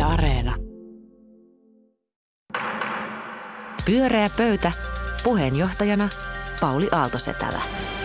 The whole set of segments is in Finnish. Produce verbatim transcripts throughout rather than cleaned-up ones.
Areena. Pyöreä pöytä. Puheenjohtajana Pauli Aaltosetälä.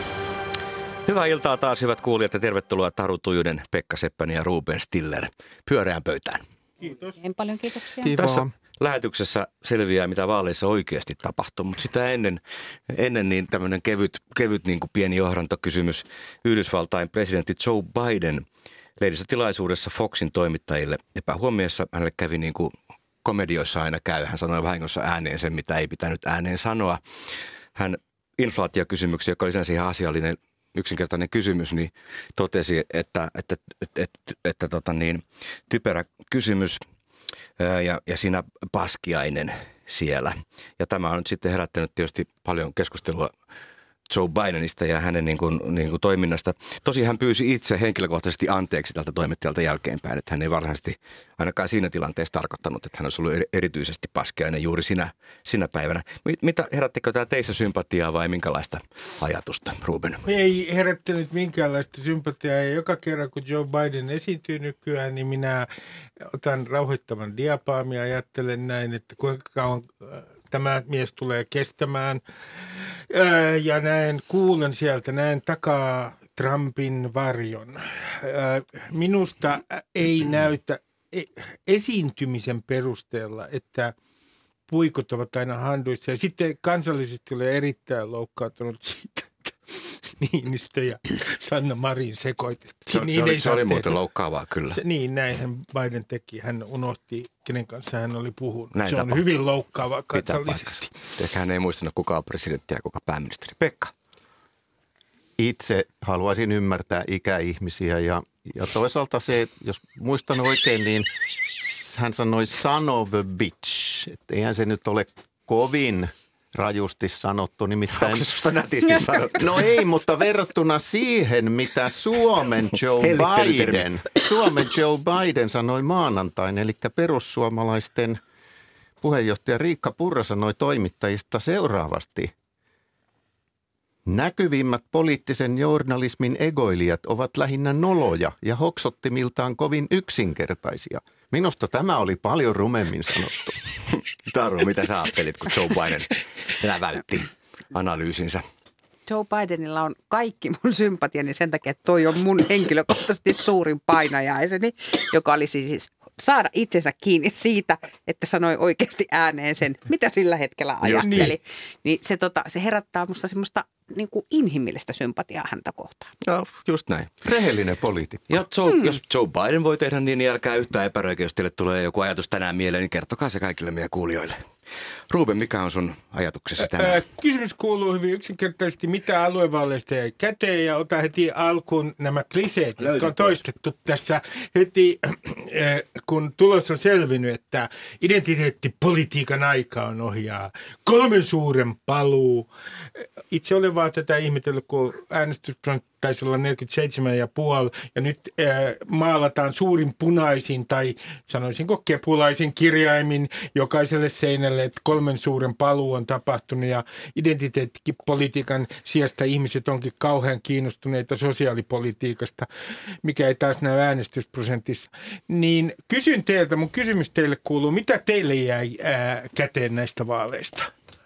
Hyvää iltaa taas, hyvät kuulijat, ja tervetuloa Taru Tujunen, Pekka Seppänen ja Ruben Stiller pyöreään pöytään. Kiitos. En paljon kiitoksia. Kiva. Tässä lähetyksessä selviää, mitä vaaleissa oikeasti tapahtuu, mutta sitä ennen, ennen niin tämmöinen kevyt, kevyt niin kuin pieni johdantokysymys. Yhdysvaltain presidentti Joe Biden lehdistötilaisuudessa Foxin toimittajille epähuomiossa hänelle kävi niin kuin komedioissa aina käy. Hän sanoi vahingossa ääneen sen, mitä ei pitänyt ääneen sanoa. Hän inflaatiokysymyksiä, joka oli sen siihen asiallinen yksinkertainen kysymys, niin totesi, että, että, että, että, että tota niin, typerä kysymys ja, ja siinä paskiainen siellä. Ja tämä on nyt sitten herättänyt tietysti paljon keskustelua Joe Bidenista ja hänen niin kuin, niin kuin toiminnasta. Tosi hän pyysi itse henkilökohtaisesti anteeksi tältä toimittajalta jälkeenpäin, että hän ei varsinaisesti ainakaan siinä tilanteessa tarkoittanut, että hän olisi ollut erityisesti paskiainen juuri sinä, sinä päivänä. Mitä, herättikö tämä teissä sympatiaa vai minkälaista ajatusta, Ruben? Ei herättänyt minkäänlaista sympatiaa, ja joka kerran kun Joe Biden esiintyy nykyään, niin minä otan rauhoittavan diapaamia ja ajattelen näin, että kuinka kauan tämä mies tulee kestämään. Ja näen, kuulen sieltä, näen takaa Trumpin varjon. Minusta ei näytä esiintymisen perusteella, että puikot ovat aina handuissa. Ja sitten kansallisesti olen erittäin loukkaantunut siitä, että Niinistö ja Sanna Marin sekoitettiin. Se, niin se, oli, ei se oli tehdä. muuten loukkaavaa, kyllä. Se, niin, näinhän Biden teki. Hän unohti, kenen kanssa hän oli puhunut. Näin se on tapahtui. hyvin loukkaavaa kansallisesti. Ehkä hän ei muistanut, kuka on presidentti ja kuka pääministeri. Pekka. Itse haluaisin ymmärtää ikäihmisiä ja, ja toisaalta se, jos muistan oikein, niin hän sanoi son of a bitch. Että eihän se nyt ole kovin rajusti sanottu, nimittäin... Onko se susta nätisti sanottu? No ei, mutta verrattuna siihen, mitä Suomen Joe Biden, Suomen Joe Biden sanoi maanantain, eli perussuomalaisten puheenjohtaja Riikka Purra sanoi toimittajista seuraavasti. Näkyvimmät poliittisen journalismin egoilijat ovat lähinnä noloja ja hoksottimiltaan kovin yksinkertaisia. Minusta tämä oli paljon rumemmin sanottu. Taru, mitä sä ajattelit, kun Joe Biden läväytti analyysinsä? Joe Bidenilla on kaikki mun sympatiani sen takia, että toi on mun henkilökohtaisesti suurin painajaiseni, joka oli siis saada itsensä kiinni siitä, että sanoi oikeasti ääneen sen, mitä sillä hetkellä ajatteli. Niin. Niin se, tota, se herättää musta semmoista niin kuin inhimillistä sympatiaa häntä kohtaan. No, just näin. Rehellinen poliitikko. Ja Joe, mm. jos Joe Biden voi tehdä niin, niin älkää yhtään epäröikä, jos teille tulee joku ajatus tänään mieleen, niin kertokaa se kaikille meidän kuulijoille. Ruben, mikä on sun ajatuksesi tänään? Ää, kysymys kuuluu hyvin yksinkertaisesti, mitä aluevaaleista jäi käteen, ja ota heti alkuun nämä kliseet, jotka on toistettu tässä heti, äh, kun tulos on selvinnyt, että identiteettipolitiikan aika on ohjaa. Kolmen suuren paluu. Itse olen vaan tätä ihmetellyt, kun äänestysprosentti taisi olla neljäkymmentäseitsemän pilkku viisi ja nyt äh, maalataan suurin punaisin tai sanoisinko kepulaisin kirjaimin jokaiselle seinälle, että kolmen suuren paluu on tapahtunut ja identiteettipolitiikan sijasta ihmiset onkin kauhean kiinnostuneita sosiaalipolitiikasta, mikä ei taas näy äänestysprosentissa. Niin kysyn teiltä, mun kysymys teille kuuluu, mitä teille jäi ää, käteen näistä vaaleista?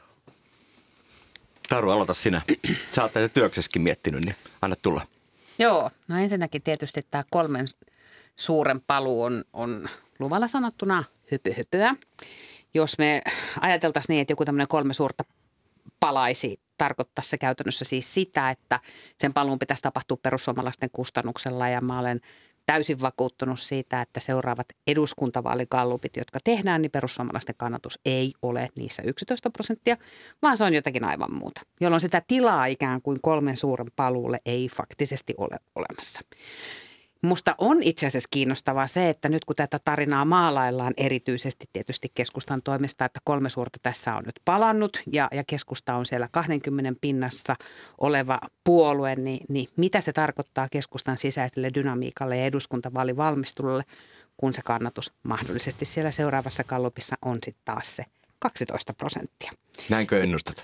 Taru, aloita sinä. Sä oot näitä työksessäkin miettinyt, niin anna tulla. Joo, no ensinnäkin tietysti tämä kolmen suuren paluu on, on luvalla sanottuna hypyhypyä. Jos me ajateltaisiin niin, että joku tämmöinen kolme suurta palaisi, tarkoittaisi se käytännössä siis sitä, että sen paluun pitäisi tapahtua perussuomalaisten kustannuksella ja mä olen täysin vakuuttunut siitä, että seuraavat eduskuntavaaligallupit, jotka tehdään, niin perussuomalaisten kannatus ei ole niissä yksitoista prosenttia, vaan se on jotakin aivan muuta, jolloin sitä tilaa ikään kuin kolmen suuren paluulle ei faktisesti ole olemassa. Musta on itse asiassa kiinnostavaa se, että nyt kun tätä tarinaa maalaillaan erityisesti tietysti keskustan toimesta, että kolme suurta tässä on nyt palannut ja, ja keskusta on siellä kaksikymmentä pinnassa oleva puolue, niin, niin mitä se tarkoittaa keskustan sisäiselle dynamiikalle ja eduskuntavaalivalmistelulle, kun se kannatus mahdollisesti siellä seuraavassa gallupissa on sitten taas se kaksitoista prosenttia. Näinkö ennustat?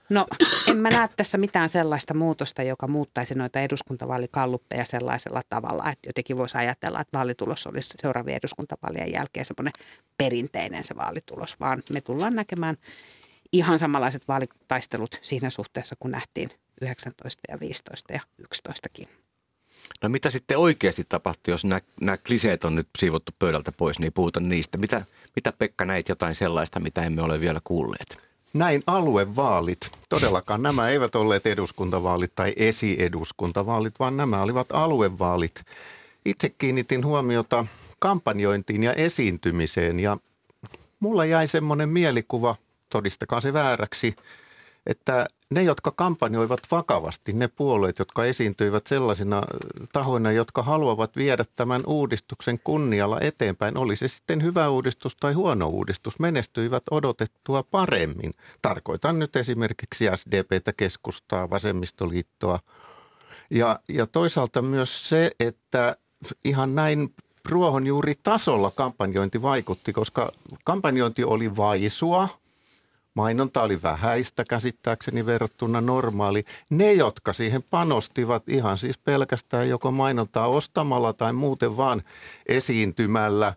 No en mä näe tässä mitään sellaista muutosta, joka muuttaisi noita eduskuntavaalikalluppeja sellaisella tavalla, että jotenkin voisi ajatella, että vaalitulos olisi seuraavien eduskuntavaalien jälkeen semmoinen perinteinen se vaalitulos, vaan me tullaan näkemään ihan samanlaiset vaalitaistelut siinä suhteessa, kun nähtiin yhdeksäntoista ja viisitoista ja yksitoistakin. No mitä sitten oikeasti tapahtui, jos nämä, nämä kliseet on nyt siivottu pöydältä pois, niin puhutaan niistä. Mitä, mitä Pekka näit jotain sellaista, mitä emme ole vielä kuulleet? Näin aluevaalit. Todellakaan nämä eivät olleet eduskuntavaalit tai esieduskuntavaalit, vaan nämä olivat aluevaalit. Itse kiinnitin huomiota kampanjointiin ja esiintymiseen ja mulla jäi semmoinen mielikuva, todistakaa se vääräksi, että ne, jotka kampanjoivat vakavasti, ne puolueet, jotka esiintyivät sellaisina tahoina, jotka haluavat viedä tämän uudistuksen kunnialla eteenpäin, oli se sitten hyvä uudistus tai huono uudistus, menestyivät odotettua paremmin. Tarkoitan nyt esimerkiksi S D P:tä, Keskustaa, Vasemmistoliittoa. Ja, ja toisaalta myös se, että ihan näin ruohonjuuritasolla kampanjointi vaikutti, koska kampanjointi oli vaisua. Mainonta oli vähäistä käsittääkseni verrattuna normaali. Ne, jotka siihen panostivat ihan siis pelkästään joko mainontaa ostamalla tai muuten vaan esiintymällä,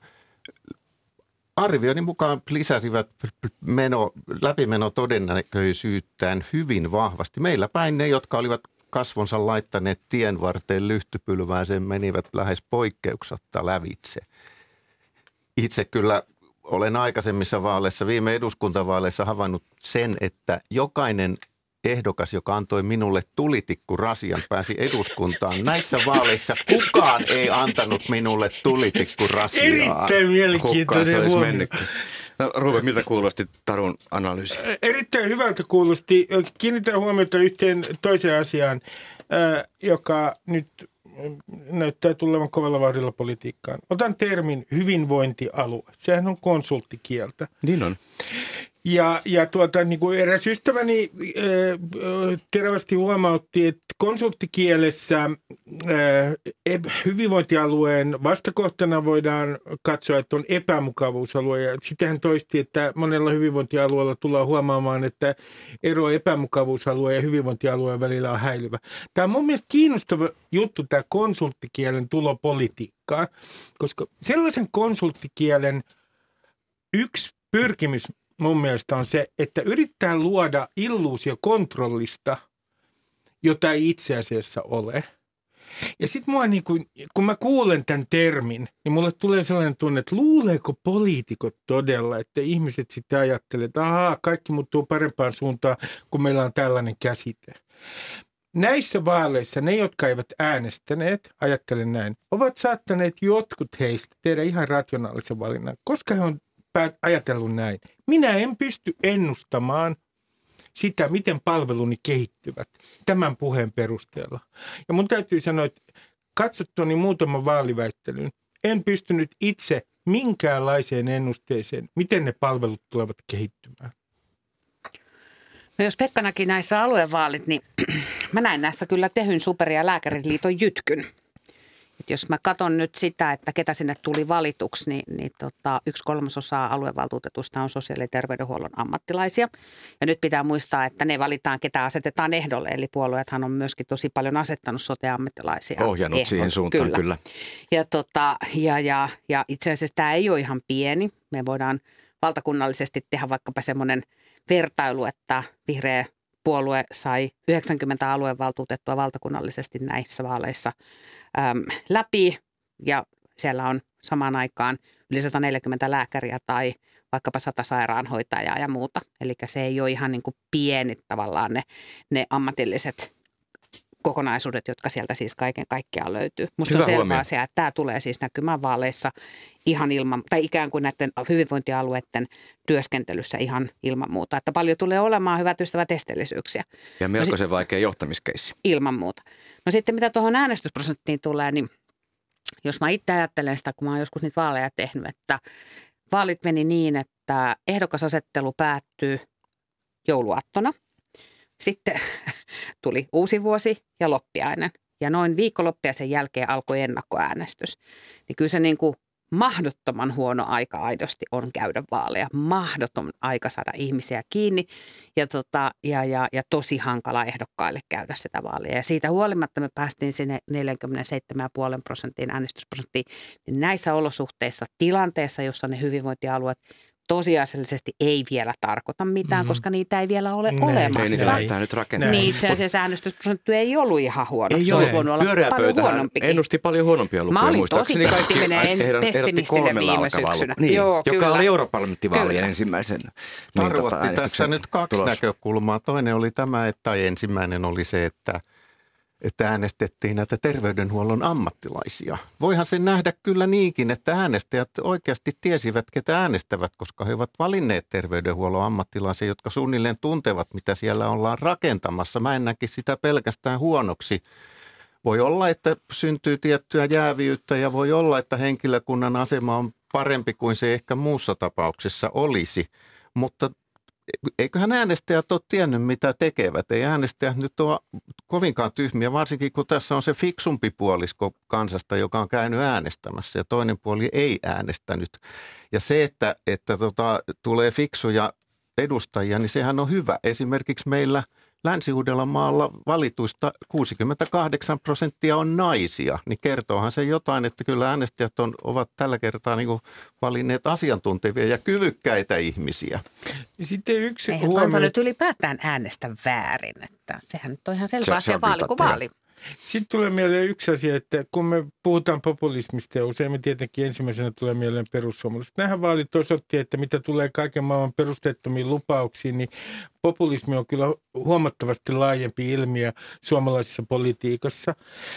arvioni mukaan lisäsivät meno, läpimeno todennäköisyyttään hyvin vahvasti. Meillä päin ne, jotka olivat kasvonsa laittaneet tien varteen lyhtypylvääseen, menivät lähes poikkeuksetta lävitse. Itse kyllä olen aikaisemmissa vaaleissa, viime eduskuntavaaleissa havainnut sen, että jokainen ehdokas, joka antoi minulle tulitikkurasian, pääsi eduskuntaan. Näissä vaaleissa kukaan ei antanut minulle tulitikkurasiaa. Erittäin mielenkiintoinen huomio. No, Ruben, miltä kuulosti Tarun analyysi? Erittäin hyvältä kuulosti. Kiinnitän huomiota yhteen toiseen asiaan, joka nyt näyttää tulevan kovalla vauhdilla politiikkaan. Otan termin hyvinvointialue. Sehän on konsulttikieltä. Niin on. Ja, ja tuota, niin kuin eräs ystäväni äh, terävästi huomautti, että konsulttikielessä äh, hyvinvointialueen vastakohtana voidaan katsoa, että on epämukavuusalue. Ja sitten hän toisti, että monella hyvinvointialueella tullaan huomaamaan, että ero epämukavuusalueen ja hyvinvointialueen välillä on häilyvä. Tämä on mun mielestä kiinnostava juttu, tämä konsulttikielen tulo politiikkaan, koska sellaisen konsulttikielen yksi pyrkimys mun mielestä on se, että yrittää luoda illuusio kontrollista, jota ei itse asiassa ole. Ja sitten mua niin kuin, kun mä kuulen tämän termin, niin mulle tulee sellainen tunne, että luuleeko poliitikot todella, että ihmiset sitten ajattelee, että ahaa, kaikki muuttuu parempaan suuntaan, kun meillä on tällainen käsite. Näissä vaaleissa ne, jotka eivät äänestäneet, ajattelen näin, ovat saattaneet jotkut heistä tehdä ihan rationaalisen valinnan, koska he on ajatellut näin. Minä en pysty ennustamaan sitä, miten palveluni kehittyvät tämän puheen perusteella. Ja mun täytyy sanoa, että katsottuani muutaman vaaliväittelyn, en pystynyt itse minkäänlaiseen ennusteeseen, miten ne palvelut tulevat kehittymään. No jos Pekka näki näissä aluevaalit, niin mä näin näissä kyllä Tehyn Super- ja Lääkäriliiton jytkyn. Et jos mä katson nyt sitä, että ketä sinne tuli valituksi, niin, niin tota, yksi kolmasosa aluevaltuutetusta on sosiaali- ja terveydenhuollon ammattilaisia. Ja nyt pitää muistaa, että ne valitaan, ketä asetetaan ehdolle. Eli puolueethan on myöskin tosi paljon asettanut sote-ammattilaisia. Ohjannut ehdolle. siihen suuntaan, kyllä. kyllä. Ja, tota, ja, ja, ja itse asiassa tämä ei ole ihan pieni. Me voidaan valtakunnallisesti tehdä vaikkapa semmoinen vertailu, että vihreä puolue sai yhdeksänkymmentä aluevaltuutettua valtakunnallisesti näissä vaaleissa äm, läpi ja siellä on samaan aikaan yli sata neljäkymmentä lääkäriä tai vaikkapa sata sairaanhoitajaa ja muuta. Eli se ei ole ihan niin kuin pieni tavallaan ne, ne ammatilliset kokonaisuudet, jotka sieltä siis kaiken kaikkiaan löytyy. Musta on selvä asia, että tämä tulee siis näkymään vaaleissa ihan ilman, tai ikään kuin näiden hyvinvointialueiden työskentelyssä ihan ilman muuta. Että paljon tulee olemaan, hyvät ystävät, esteellisyyksiä. Ja melkoisen no, vaikea johtamiskeissi. Ilman muuta. No sitten mitä tuohon äänestysprosenttiin tulee, niin jos mä itse ajattelen sitä, kun mä oon joskus niitä vaaleja tehnyt, että vaalit meni niin, että ehdokasasettelu päättyy jouluaattona. Sitten tuli uusi vuosi ja loppiainen. Ja noin viikko loppiaisen jälkeen alkoi ennakkoäänestys. Niin kyllä se niin kuin mahdottoman huono aika aidosti on käydä vaaleja. Mahdoton aika saada ihmisiä kiinni ja, tota, ja, ja, ja tosi hankala ehdokkaille käydä sitä vaalia. Ja siitä huolimatta me päästiin sinne neljäkymmentäseitsemän pilkku viisi prosenttiin äänestysprosenttiin. Niin näissä olosuhteissa, tilanteessa, jossa ne hyvinvointialueet tosiasiallisesti ei vielä tarkoita mitään, mm-hmm. koska niitä ei vielä ole näin, olemassa. Ei niitä lähdetään nyt rakentamaan. Niin itse asiassa äänestysprosentti ei ollut ihan huono. Ei se olisi voinut olla Pyöreä paljon pöytähän huonompikin. Ennusti paljon huonompia lukuja. Mä olin tosi pessimistinen, pessimistinen viime syksynä. Niin, Joo, joka kyllä. oli europarlamenttivaalien ensimmäisen. Tarvoitti niin, tota, tässä nyt kaksi tulos. näkökulmaa. Toinen oli tämä, että, tai ensimmäinen oli se, että että äänestettiin näitä terveydenhuollon ammattilaisia. Voihan sen nähdä kyllä niinkin, että äänestäjät oikeasti tiesivät, ketä äänestävät, koska he ovat valinneet terveydenhuollon ammattilaisia, jotka suunnilleen tuntevat, mitä siellä ollaan rakentamassa. Mä en näkisi sitä pelkästään huonoksi. Voi olla, että syntyy tiettyä jääviyttä ja voi olla, että henkilökunnan asema on parempi kuin se ehkä muussa tapauksessa olisi, mutta eiköhän äänestäjät ole tiennyt, mitä tekevät. Ei äänestäjät nyt ole kovinkaan tyhmiä, varsinkin kun tässä on se fiksumpi puolisko kansasta, joka on käynyt äänestämässä ja toinen puoli ei äänestänyt. Ja se, että, että tota, tulee fiksuja edustajia, niin sehän on hyvä. Esimerkiksi meillä Länsi-Uudellamaalla valituista kuusikymmentäkahdeksan prosenttia on naisia, niin kertoohan se jotain, että kyllä äänestäjät on, ovat tällä kertaa niin kuin valinneet asiantuntevia ja kyvykkäitä ihmisiä. Sitten yksi Eihän huomio. kansa nyt ylipäätään äänestä väärin, että sehän nyt on ihan selvä Se- se asia on vaali kyllä kuin totta. vaali. Sitten tulee mieleen yksi asia, että kun me puhutaan populismista ja usein me tietenkin ensimmäisenä tulee mieleen perussuomalaiset. Nämähän vaalit osoitti, että mitä tulee kaiken maailman perusteettomiin lupauksiin, niin populismi on kyllä huomattavasti laajempi ilmiö suomalaisessa politiikassa.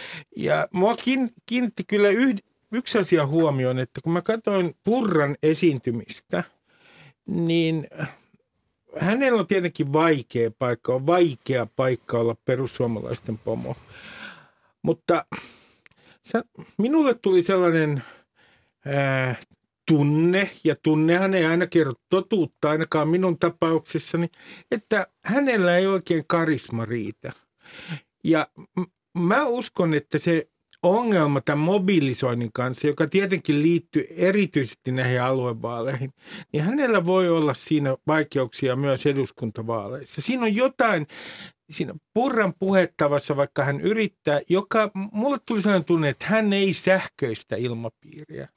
Ja mua kiinnitti kyllä yh, yksi asia huomioon, että kun mä katsoin Purran esiintymistä, niin hänellä on tietenkin vaikea paikka, on vaikea paikka olla perussuomalaisten pomo. Mutta se, minulle tuli sellainen ää, tunne, ja tunnehan ei aina kerro totuutta, ainakaan minun tapauksessani, että hänellä ei oikein karisma riitä. Ja m- mä uskon, että se ongelma tämän mobilisoinnin kanssa, joka tietenkin liittyy erityisesti näihin aluevaaleihin, niin hänellä voi olla siinä vaikeuksia myös eduskuntavaaleissa. Siinä on jotain, siinä Purran puhettavassa, vaikka hän yrittää, joka, mulle tuli sellainen tunne, että hän ei sähköistä ilmapiiriä.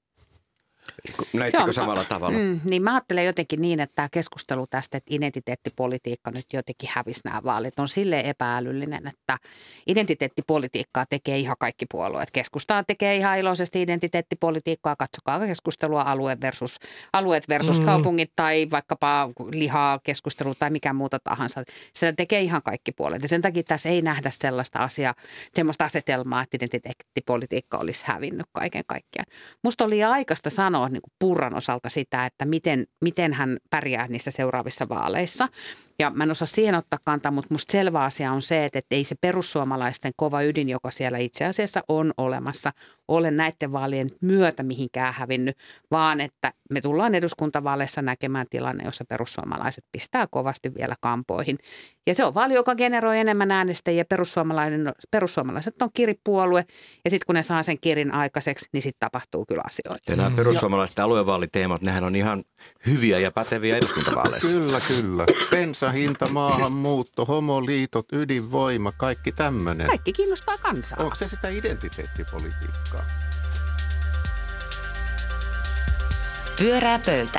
Näittekö samalla tavalla? Mm, niin mä ajattelen jotenkin niin, että tämä keskustelu tästä, että identiteettipolitiikka nyt jotenkin hävisi nämä vaalit, on silleen epäälyllinen, että identiteettipolitiikkaa tekee ihan kaikki puolueet. Keskustaa tekee ihan iloisesti identiteettipolitiikkaa, katsokaa keskustelua alue versus, alueet versus mm. kaupungit tai vaikkapa lihaa keskustelu tai mikä muuta tahansa. Sitä tekee ihan kaikki puolueet ja sen takia tässä ei nähdä sellaista asiaa, semmoista asetelmaa, että identiteettipolitiikka olisi hävinnyt kaiken kaikkiaan. Musta oli aikaista sanoa niin kuin Purran osalta sitä, että miten, miten hän pärjää niissä seuraavissa vaaleissa. Ja mä en osaa siihen ottaa kantaa, mutta musta selvä asia on se, että ei se perussuomalaisten kova ydin, joka siellä itse asiassa on olemassa, ole näiden vaalien myötä mihinkään hävinnyt, vaan että me tullaan eduskuntavaaleissa näkemään tilanne, jossa perussuomalaiset pistää kovasti vielä kampoihin. Ja se on vaali, joka generoi enemmän äänestäjiä. Perussuomalaiset on kiripuolue ja sitten kun ne saa sen kirin aikaiseksi, niin sitten tapahtuu kyllä asioita. Ja nämä perussuomalaisten aluevaaliteemat, nehän on ihan hyviä ja päteviä eduskuntavaaleissa. Kyllä, kyllä. Bensahinta, maahanmuutto, homoliitot, ydinvoima, kaikki tämmöinen. Kaikki kiinnostaa kansaa. Onko se sitä identiteettipolitiikkaa? Pyörää pöytä.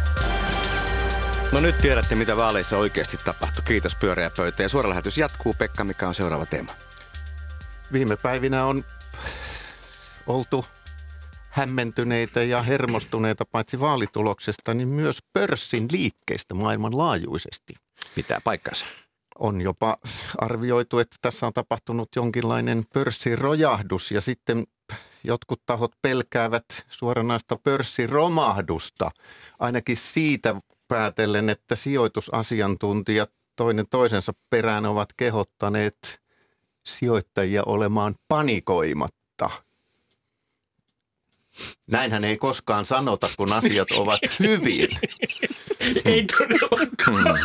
No nyt tiedätte, mitä vaaleissa oikeasti tapahtui. Kiitos Pyöreä pöytä. Ja suora lähetys jatkuu. Pekka, mikä on seuraava teema? Viime päivinä on oltu hämmentyneitä ja hermostuneita paitsi vaalituloksesta, niin myös pörssin liikkeistä maailmanlaajuisesti. Pitää paikkansa. On jopa arvioitu, että tässä on tapahtunut jonkinlainen pörssirojahdus ja sitten jotkut tahot pelkäävät suoranaista pörssiromahdusta. Ainakin siitä päätellen, että sijoitusasiantuntijat toinen toisensa perään ovat kehottaneet sijoittajia olemaan panikoimatta. Näinhän ei koskaan sanota, kun asiat ovat hyvin. Ei todellakaan.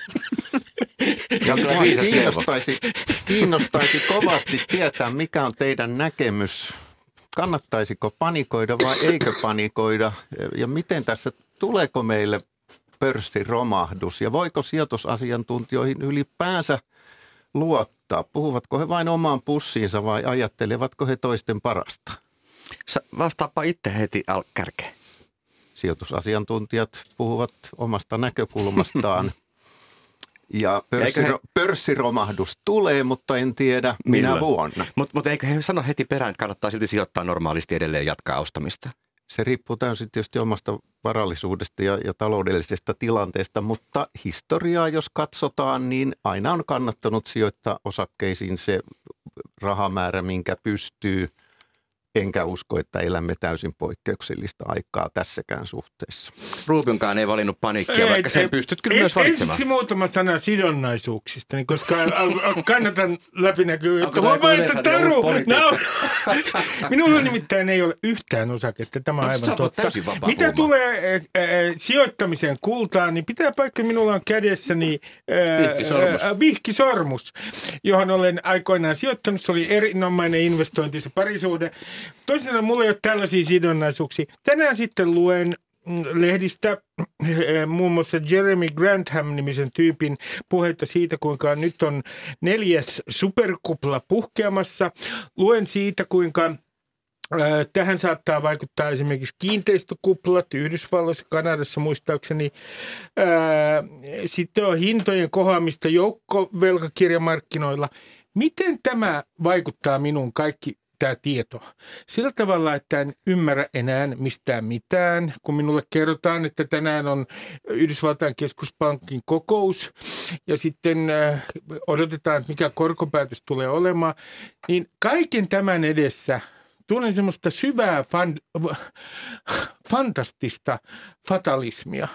Ja kiinnostaisi, kiinnostaisi kovasti tietää, mikä on teidän näkemys kannattaisiko panikoida vai eikö panikoida ja miten tässä, tuleeko meille pörssiromahdus ja voiko sijoitusasiantuntijoihin ylipäänsä luottaa? Puhuvatko he vain omaan pussiinsa vai ajattelevatko he toisten parasta? Vastaapa itse heti al- kärkeen. Sijoitusasiantuntijat puhuvat omasta näkökulmastaan. Ja pörssiro- he... pörssiromahdus tulee, mutta en tiedä minä Milloin? vuonna. Mutta mut eikö he sano heti perään, että kannattaa silti sijoittaa normaalisti edelleen jatkaa ostamista? Se riippuu täysin tietysti omasta varallisuudesta ja, ja taloudellisesta tilanteesta, mutta historiaa jos katsotaan, niin aina on kannattanut sijoittaa osakkeisiin se rahamäärä, minkä pystyy. Enkä usko, että elämme täysin poikkeuksellista aikaa tässäkään suhteessa. Rubenkaan ei valinnut paniikkia, ei, vaikka sen ei, pystyt kyllä ei, myös valitsemaan. Ensiksi muutama sana sidonnaisuuksista, niin koska kannatan läpinäkyvyyttä. Huomaa, että Taru no, minulla nimittäin ei ole yhtään osaketta, tämä on aivan totta. Mitä huomaa. tulee äh, äh, sijoittamiseen kultaan, niin pitää paikka, minulla on kädessäni äh, vihkisormus. Äh, vihkisormus, johon olen aikoinaan sijoittanut. Se oli erinomainen investointi, se parisuhde. Toisaalta mulla ei ole tällaisia sidonnaisuuksia. Tänään sitten luen lehdistä muun muassa Jeremy Grantham-nimisen tyypin puheita siitä, kuinka nyt on neljäs superkupla puhkeamassa. Luen siitä, kuinka tähän saattaa vaikuttaa esimerkiksi kiinteistökuplat Yhdysvalloissa, Kanadassa muistaakseni. Sitten on hintojen kohoamista joukkovelkakirjamarkkinoilla. Miten tämä vaikuttaa minun kaikki tämä tieto? Sillä tavalla, että en ymmärrä enää mistään mitään, kun minulle kerrotaan, että tänään on Yhdysvaltain keskuspankin kokous ja sitten odotetaan, että mikä korkopäätös tulee olemaan, niin kaiken tämän edessä tunnen semmoista syvää fan, fantastista fatalismia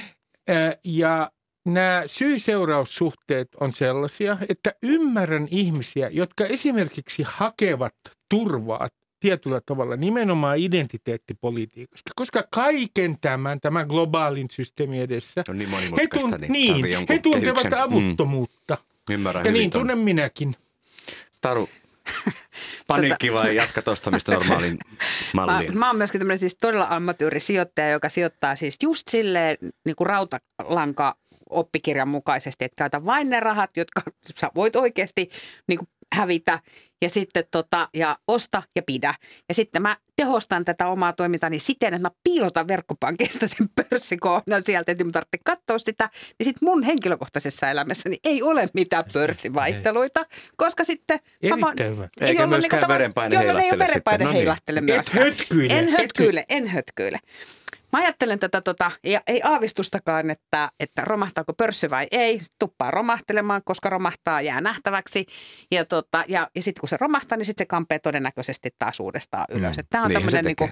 ja nämä syy-seuraussuhteet on sellaisia, että ymmärrän ihmisiä, jotka esimerkiksi hakevat turvaa tietyllä tavalla nimenomaan identiteettipolitiikasta, koska kaiken tämän, tämän globaalin systeemin edessä, on niin he, tun, niin, he tuntevat avuttomuutta. Mm. Ymmärrän ja hyvin niin ton. Tunnen minäkin. Taru, paniikki vai jatka tuosta, mistä normaalin malliin? Mä, mä oon myöskin tämmöinen siis todella amatöörisijoittaja, joka sijoittaa siis just silleen niin kuin rautalanka oppikirjan mukaisesti, että käytä vain ne rahat, jotka sä voit oikeasti niin kuin hävitä ja sitten tota, ja osta ja pidä. Ja sitten mä tehostan tätä omaa toimintani siten, että mä piilotan verkkopankista sen pörssikohdan sieltä, että mun tarvitse katsoa sitä. Niin sitten mun henkilökohtaisessa elämässäni ei ole mitään pörssivaihteluita, koska sitten Erittäin hyvä. Eikä myöskään niin verenpaine heilahtele sitten. Verenpaine no niin. heilahtele myöskään. Et hötkyile. En hötkyile, en hötkyile. Mä ajattelen tätä, tota, ja ei aavistustakaan, että, että romahtaako pörssi vai ei. Tuppaa romahtelemaan, koska romahtaa, jää nähtäväksi. Ja, tota, ja, ja sitten kun se romahtaa, niin sitten se kampee todennäköisesti taas uudestaan ylös. Mm. Tämä on niin tämmöinen niin kuin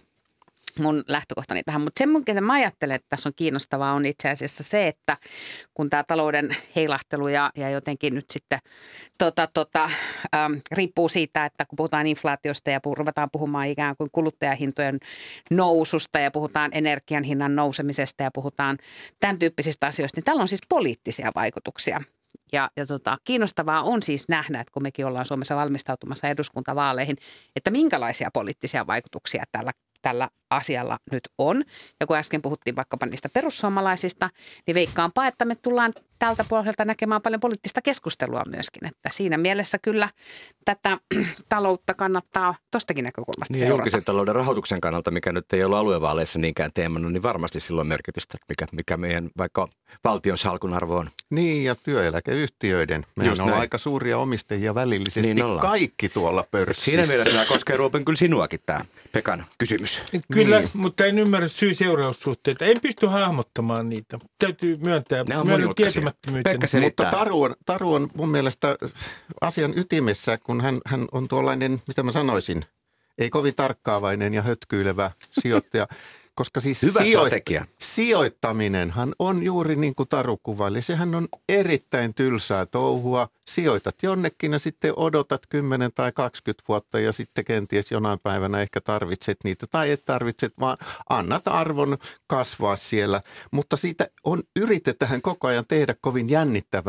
mun lähtökohtani tähän. Mutta se, mitä mä ajattelen, että tässä on kiinnostavaa, on itse asiassa se, että kun tämä talouden heilahtelu ja, ja jotenkin nyt sitten tota, tota, ähm, riippuu siitä, että kun puhutaan inflaatiosta ja puh- ruvetaan puhumaan ikään kuin kuluttajahintojen noususta ja puhutaan energian hinnan nousemisesta ja puhutaan tämän tyyppisistä asioista, niin tällä on siis poliittisia vaikutuksia. Ja, ja tota, kiinnostavaa on siis nähdä, että kun mekin ollaan Suomessa valmistautumassa eduskuntavaaleihin, että minkälaisia poliittisia vaikutuksia tällä tällä asialla nyt on. Ja kun äsken puhuttiin vaikkapa niistä perussuomalaisista, niin veikkaanpa, että me tullaan tältä pohjalta näkemään paljon poliittista keskustelua myöskin. Että siinä mielessä kyllä tätä taloutta kannattaa tuostakin näkökulmasta niin seurata. Julkisen talouden rahoituksen kannalta, mikä nyt ei ollut aluevaaleissa niinkään teemana, niin varmasti silloin merkitystä, että mikä, mikä meidän vaikka valtion salkun arvo on. Niin, ja työeläkeyhtiöiden. Mehän on aika suuria omistajia välillisesti niin kaikki tuolla pörssissä. Siinä mielessä nämä koskee Ruben kyllä sinuakin tämä Pekan kysymys. Kyllä, niin. Mutta en ymmärrä syy-seuraussuhteita. En pysty hahmottamaan niitä. Täytyy myöntää. Ne on monimutkaisia. Mutta Taru on, Taru on mun mielestä asian ytimessä, kun hän, hän on tuollainen, mitä mä sanoisin, ei kovin tarkkaavainen ja hötkyilevä sijoittaja. Koska siis Hyvä sijo- strategia. sijoittaminenhan on juuri niin kuin Taru kuvaili. Sehän on erittäin tylsää touhua. Sijoitat jonnekin ja sitten odotat kymmenen tai kaksikymmentä vuotta ja sitten kenties jonain päivänä ehkä tarvitset niitä tai et tarvitset, vaan annat arvon kasvaa siellä. Mutta siitä on, yritetään koko ajan tehdä kovin jännittävää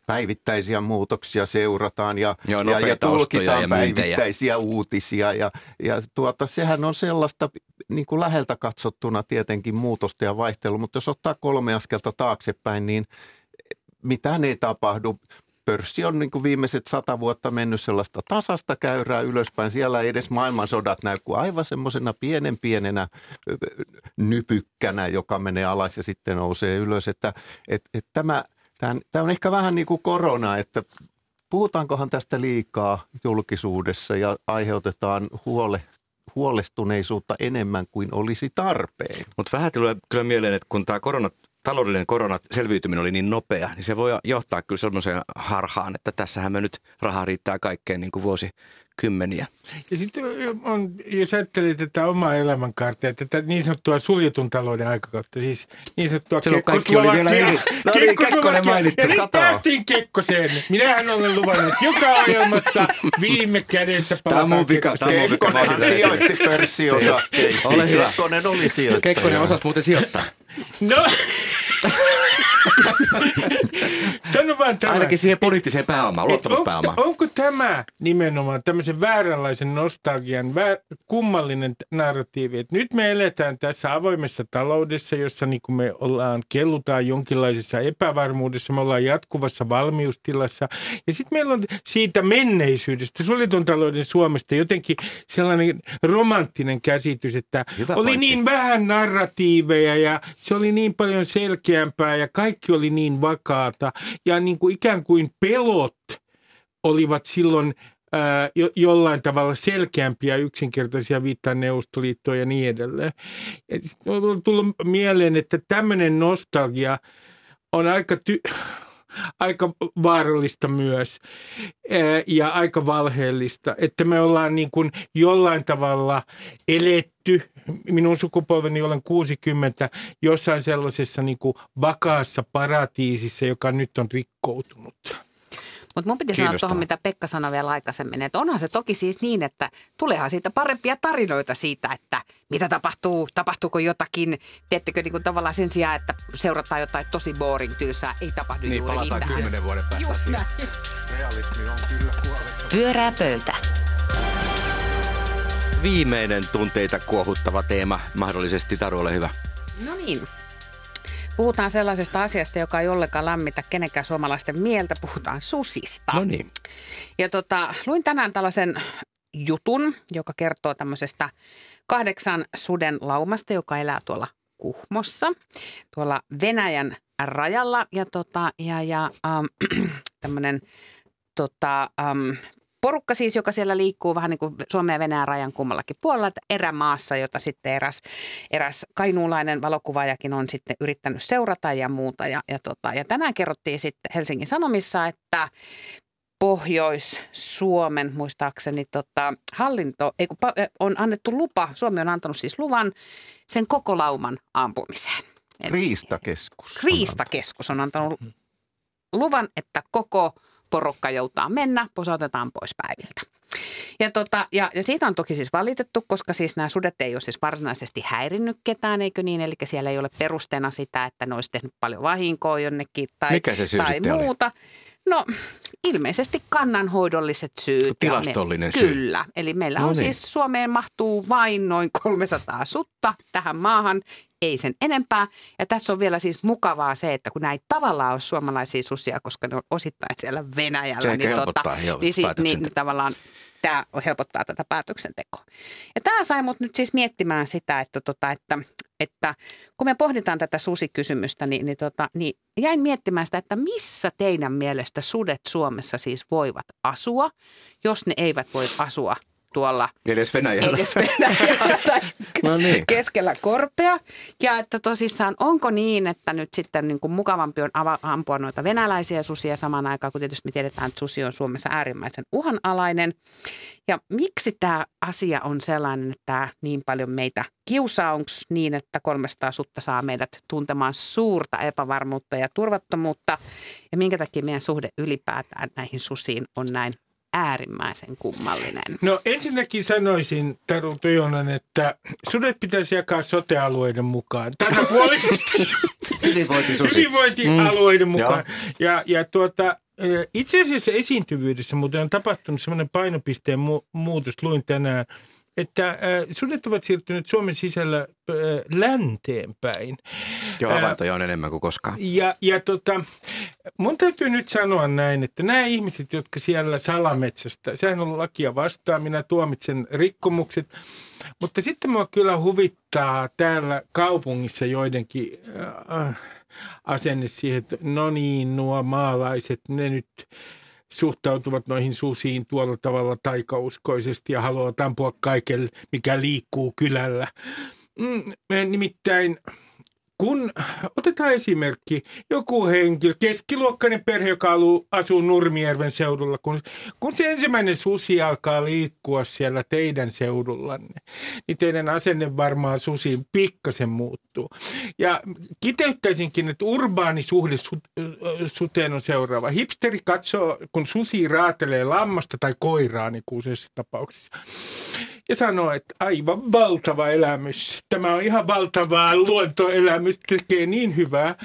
päivittäisiä muutoksia seurataan ja, Joo, ja, ja tulkitaan ja päivittäisiä uutisia. Ja, ja tuota, sehän on sellaista niin kuin läheltä katsottuna tietenkin muutosta ja vaihtelua, mutta jos ottaa kolme askelta taaksepäin, niin mitään ei tapahdu. Pörssi on niin kuin viimeiset sata vuotta mennyt sellaista tasasta käyrää ylöspäin. Siellä ei edes maailmansodat näy kuin aivan semmoisena pienen pienenä nypykkänä, joka menee alas ja sitten nousee ylös. Että, et, et tämä, tämä on ehkä vähän niin kuin korona, että puhutaankohan tästä liikaa julkisuudessa ja aiheutetaan huole, huolestuneisuutta enemmän kuin olisi tarpeen. Mutta vähän tulee kyllä mieleen, että kun tämä korona taloudellinen koronaselviytyminen oli niin nopea, niin se voi johtaa kyllä sellaiseen harhaan, että tässähän me nyt rahaa riittää kaikkeen niin kuin vuosikymmeniä. Ja sitten on, jos ajattelee tätä omaa elämänkaartia, tätä niin sanottua suljetun talouden aikakautta, siis niin sanottua Kekkoslovakia. No niin, Kekkonen mainittu. Ja nyt päästiin Kekkoseen. Minähän olen luvannut joka ohjelmassa viime kädessä palataan Tämä on mun vika. Kekkonenhan sijoitti pörssiosakkeisiin. Ole hyvä. Kekkonen oli sijoittaja. Kekkonen osasi muuten sijoittaa. No, sano vaan tämä. Ainakin siihen poliittiseen pääomaan, luottamuspääomaan. Onko, onko tämä nimenomaan tämmöisen vääränlaisen nostalgian väär, kummallinen narratiivi, että nyt me eletään tässä avoimessa taloudessa, jossa niin kuin me ollaan, kellutaan jonkinlaisessa epävarmuudessa, me ollaan jatkuvassa valmiustilassa ja sitten meillä on siitä menneisyydestä, suljetun talouden Suomesta jotenkin sellainen romanttinen käsitys, että hyvä oli pointti. Niin vähän narratiiveja ja se oli niin paljon selkeämpää ja kaikki oli niin vakaata ja niin kuin ikään kuin pelot olivat silloin ää, jo, jollain tavalla selkeämpiä, yksinkertaisia, viittaan Neuvostoliittoon ja niin edelleen. Ja on tullut mieleen, että tämmöinen nostalgia on aika, ty- aika vaarallista myös ää, ja aika valheellista, että me ollaan niin kuin jollain tavalla eletty, minun sukupolveni olen kuusikymmentä, jossain sellaisessa niin kuin vakaassa paratiisissa, joka nyt on rikkoutunut. Mutta mun piti sanoa tuohon, mitä Pekka sanoi vielä aikaisemmin, että onhan se toki siis niin, että tuleehan siitä parempia tarinoita siitä, että mitä tapahtuu, tapahtuuko jotakin, teettekö niin kuin tavallaan sen sijaan, että seurataan jotain tosi boring tylsää, ei tapahdu niin, juuri mitään. Niin, palataan kymmenen vuoden päästä Just siihen. Näin. Realismi on kyllä kuoletta. Pyörää pöytä. Viimeinen tunteita kuohuttava teema, mahdollisesti. Taru, ole hyvä. No niin. Puhutaan sellaisesta asiasta, joka ei ollenkaan lämmitä kenenkään suomalaisten mieltä. Puhutaan susista. No niin. Ja tota, luin tänään tällaisen jutun, joka kertoo tämmöisestä kahdeksan suden laumasta, joka elää tuolla Kuhmossa, tuolla Venäjän rajalla. Ja, tota, ja, ja ähm, tämmöinen tota, ähm, porukka siis, joka siellä liikkuu vähän niin kuin Suomen ja Venäjän rajan kummallakin puolella, että erämaassa, jota sitten eräs, eräs kainuulainen valokuvaajakin on sitten yrittänyt seurata ja muuta. Ja, ja, tota, ja tänään kerrottiin sitten Helsingin Sanomissa, että Pohjois-Suomen muistaakseni tota, hallinto, ei, kun, on annettu lupa, Suomi on antanut siis luvan sen koko lauman ampumiseen. Riistakeskus. Riistakeskus on antanut luvan, että koko porukka joutaa mennä, posautetaan pois päiviltä. Ja, tota, ja, ja siitä on toki siis valitettu, koska siis nämä sudet ei ole siis varsinaisesti häirinnyt ketään, eikö niin? Eli siellä ei ole perusteena sitä, että ne olisi tehnyt paljon vahinkoa jonnekin tai, Mikä se syy tai sitten muuta. Oli? No ilmeisesti kannanhoidolliset syyt. Tilastollinen ne, syy. Kyllä. Eli meillä no on niin. siis, Suomeen mahtuu vain noin kolmesataa sutta tähän maahan. Ei sen enempää. Ja tässä on vielä siis mukavaa se, että kun näitä tavallaan on suomalaisia susia, koska ne on osittain siellä Venäjällä, se niin, tota, jo, niin, sit, niin, niin tavallaan tämä helpottaa tätä päätöksentekoa. Ja tämä sai mut nyt siis miettimään sitä, että, tota, että, että kun me pohditaan tätä susikysymystä, niin, niin, tota, niin jäin miettimään sitä, että missä teidän mielestä sudet Suomessa siis voivat asua, jos ne eivät voi asua tuolla edes Venäjällä, edes Venäjällä tai no niin. keskellä korpea. Ja että tosissaan onko niin, että nyt sitten niin kuin mukavampi on ava- ampua noita venäläisiä susia samaan aikaan, kun tietysti me tiedetään, että susi on Suomessa äärimmäisen uhanalainen. Ja miksi tämä asia on sellainen, että tämä niin paljon meitä kiusaa? Onko niin, että kolmesataa sutta saa meidät tuntemaan suurta epävarmuutta ja turvattomuutta? Ja minkä takia meidän suhde ylipäätään näihin susiin on näin äärimmäisen kummallinen? No ensinnäkin sanoisin, Taru Toivonen, että sudet pitäisi jakaa sote-alueiden mukaan. Tasapuolisesti. Hyvinvointisusi. Hyvinvointialueiden mm. mukaan. Ja, ja tuota, Itse asiassa esiintyvyydessä muuten on tapahtunut semmoinen painopisteen mu- muutos, luin tänään, että äh, sudet ovat siirtyneet Suomen sisällä äh, länteen päin. Joo, havaintoja on enemmän kuin koskaan. Ja, ja tota, mun täytyy nyt sanoa näin, että nämä ihmiset, jotka siellä salametsästä, sehän on lakia vastaan, minä tuomitsen rikkomukset, mutta sitten mua kyllä huvittaa täällä kaupungissa joidenkin äh, asenne siihen, että no niin, nuo maalaiset, ne nyt suhtautuvat noihin susiin tuolla tavalla taikauskoisesti ja haluavat ampua kaiken, mikä liikkuu kylällä. Mm, nimittäin, kun otetaan esimerkki, joku henkilö, keskiluokkainen perhe, joka asuu Nurmijärven seudulla, kun, kun se ensimmäinen susi alkaa liikkua siellä teidän seudullanne, niin teidän asenne varmaan susiin pikkasen muuttuu. Ja kiteyttäisinkin, että urbaani suhde suteen on seuraava. Hipsteri katsoo, kun susi raatelee lammasta tai koiraa, niin kuin useissa tapauksissa, ja sanoo, että aivan valtava elämys. Tämä on ihan valtavaa luontoelämys, tekee niin hyvää.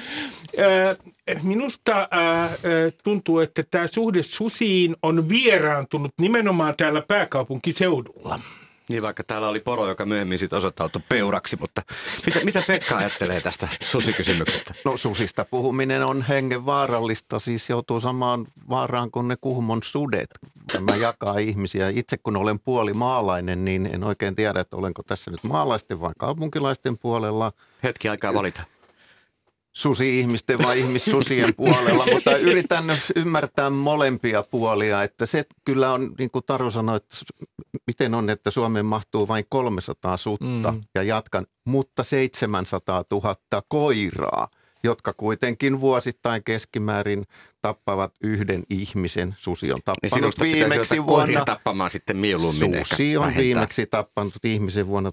Minusta tuntuu, että tämä suhde susiin on vieraantunut nimenomaan täällä pääkaupunkiseudulla. Niin, vaikka täällä oli poro, joka myöhemmin sitten osoittautui peuraksi, mutta mitä, mitä Pekka ajattelee tästä susikysymyksestä? No susista puhuminen on hengenvaarallista, siis joutuu samaan vaaraan kuin ne Kuhmon sudet. Tämä jakaa ihmisiä. Itse kun olen puolimaalainen, niin en oikein tiedä, että olenko tässä nyt maalaisten vai kaupunkilaisten puolella. Hetki aikaa valita. Susi-ihmisten vai ihmissusien puolella, mutta yritän ymmärtää molempia puolia, että se kyllä on, niin kuin Taru sanoi, että miten on, että Suomeen mahtuu vain kolmesataa sutta mm. ja jatkan, mutta seitsemänsataatuhatta koiraa, jotka kuitenkin vuosittain keskimäärin tappavat yhden ihmisen. Susi on tappanut niin viimeksi vuonna. Tappamaan sitten mieluummin. Susi on vähentää. Viimeksi tappanut ihmisen vuonna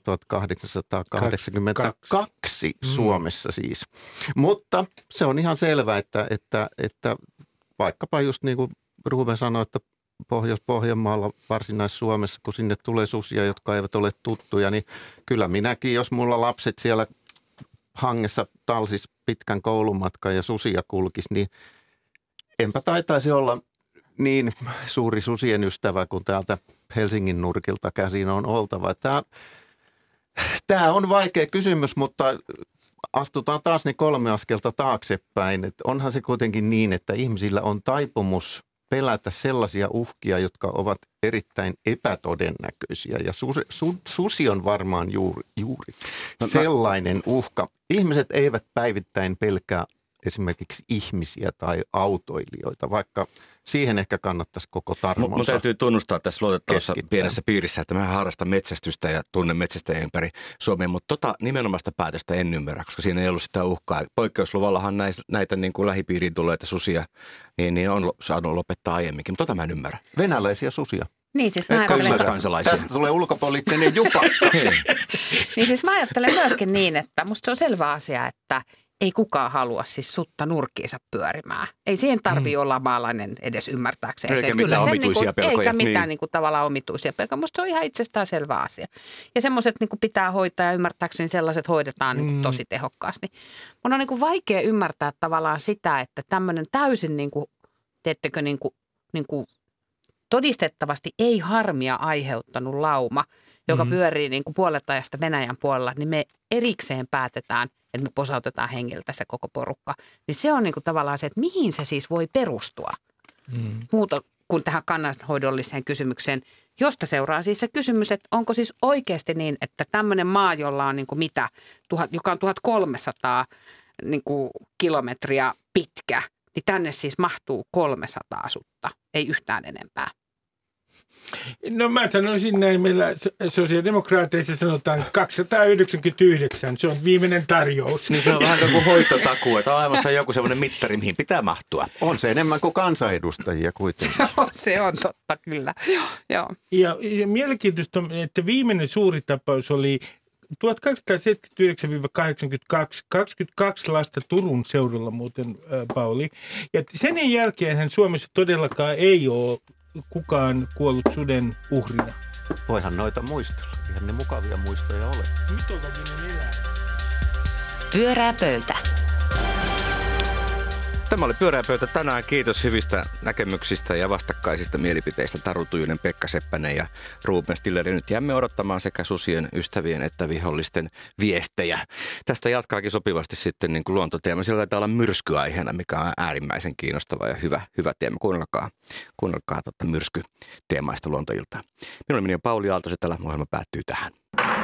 tuhatkahdeksansataakahdeksankymmentäkaksi mm. Suomessa siis. Mutta se on ihan selvä, että, että, että vaikkapa just niin kuin Ruben sanoi, että Pohjois-Pohjanmaalla, Varsinais-Suomessa, kun sinne tulee susia, jotka eivät ole tuttuja, niin kyllä minäkin, jos mulla lapset siellä hangessa talsis pitkän koulumatkan ja susia kulkisi, niin enpä taitaisi olla niin suuri susien ystävä kuin täältä Helsingin nurkilta käsin on oltava. Tämä, tämä on vaikea kysymys, mutta astutaan taas niin kolme askelta taaksepäin. Että onhan se kuitenkin niin, että ihmisillä on taipumus pelätä sellaisia uhkia, jotka ovat erittäin epätodennäköisiä. Ja su, su, susi on varmaan juuri, juuri no, sellainen uhka. Ihmiset eivät päivittäin pelkää esimerkiksi ihmisiä tai autoilijoita, vaikka siihen ehkä kannattaisi koko tarmonsa. Mun täytyy tunnustaa tässä luotettavassa pienessä piirissä, että mä harrastan metsästystä ja tunnen metsästäjien ympäri Suomea, mutta tota nimenomaista päätöstä en ymmärrä, koska siinä ei ollut sitä uhkaa. Poikkeusluvallahan näitä, näitä niin kuin lähipiiriin tulleita susia niin, niin on saanut lopettaa aiemminkin, mutta tota mä en ymmärrä. Venäläisiä susia. Niin siis mä ajattelen, tästä tulee ulkopoliittinen jupakka. Niin siis mä ajattelen myöskin niin, että musta se on selvä asia, että ei kukaan halua siis sutta nurkkiinsa pyörimään. Ei siihen tarvitse mm. olla maalainen edes ymmärtääkseen. Eikä sen. mitään Kyllä omituisia sen, niin kuin, pelkoja. Eikä mitään niin. niin kuin, tavallaan omituisia pelkoja. Musta se on ihan itsestään selvä asia. Ja semmoiset niin kuin pitää hoitaa ja ymmärtääkseni sellaiset hoidetaan niin kuin, tosi tehokkaasti. Mun on niin kuin, vaikea ymmärtää tavallaan sitä, että tämmöinen täysin, niin kuin, teettekö, niin kuin, niin kuin, todistettavasti ei harmia aiheuttanut lauma, joka mm. pyörii niin kuin puolet ajasta Venäjän puolella, niin me erikseen päätetään, että me posautetaan hengiltä se koko porukka. Niin se on niin kuin tavallaan se, että mihin se siis voi perustua mm. muuta kuin tähän kannanhoidolliseen kysymykseen, josta seuraa siis se kysymys, että onko siis oikeasti niin, että tämmöinen maa, jolla on niin kuin mitä, tuhat, joka on tuhatkolmesataa niin kuin kilometriä pitkä, niin tänne siis mahtuu kolmesataa sutta, ei yhtään enempää. No mä sanoisin näin, meillä sosiaalidemokraateissa sanotaan, että kaksisataayhdeksänkymmentäyhdeksän, se on viimeinen tarjous. Niin se on vähän kuin hoitotakuu, että on aivan joku semmoinen mittari, mihin pitää mahtua. On se enemmän kuin kansanedustajia kuitenkin. Se on totta, kyllä. Joo. Ja, ja mielenkiintoista on, että viimeinen suuri tapaus oli tuhatkaksisataaseitsemänkymmentäyhdeksän kahdeksankymmentäkaksi, kaksikymmentäkaksi lasta Turun seudulla muuten, äh, Pauli. Ja sen jälkeen Suomessa todellakaan ei ole kukaan kuollut suden uhrina. Voihan noita muistella. Eihän ne mukavia muistoja ole. Mitologinen eläin. Pyörää pöytä. Tämä oli Pyöreä pöytä tänään. Kiitos hyvistä näkemyksistä ja vastakkaisista mielipiteistä Taru Tujunen, Pekka Seppänen ja Ruben Stiller. Nyt jäämme odottamaan sekä susien ystävien että vihollisten viestejä. Tästä jatkaakin sopivasti sitten niin kuin luontoteema. Siellä taitaa olla myrskyaiheena, mikä on äärimmäisen kiinnostava ja hyvä, hyvä teema. Kuunnelkaa, kuunnelkaa tuota myrskyteemaista luontoiltaa. Minun nimeni on Pauli Aaltoset, tällä ohjelma päättyy tähän.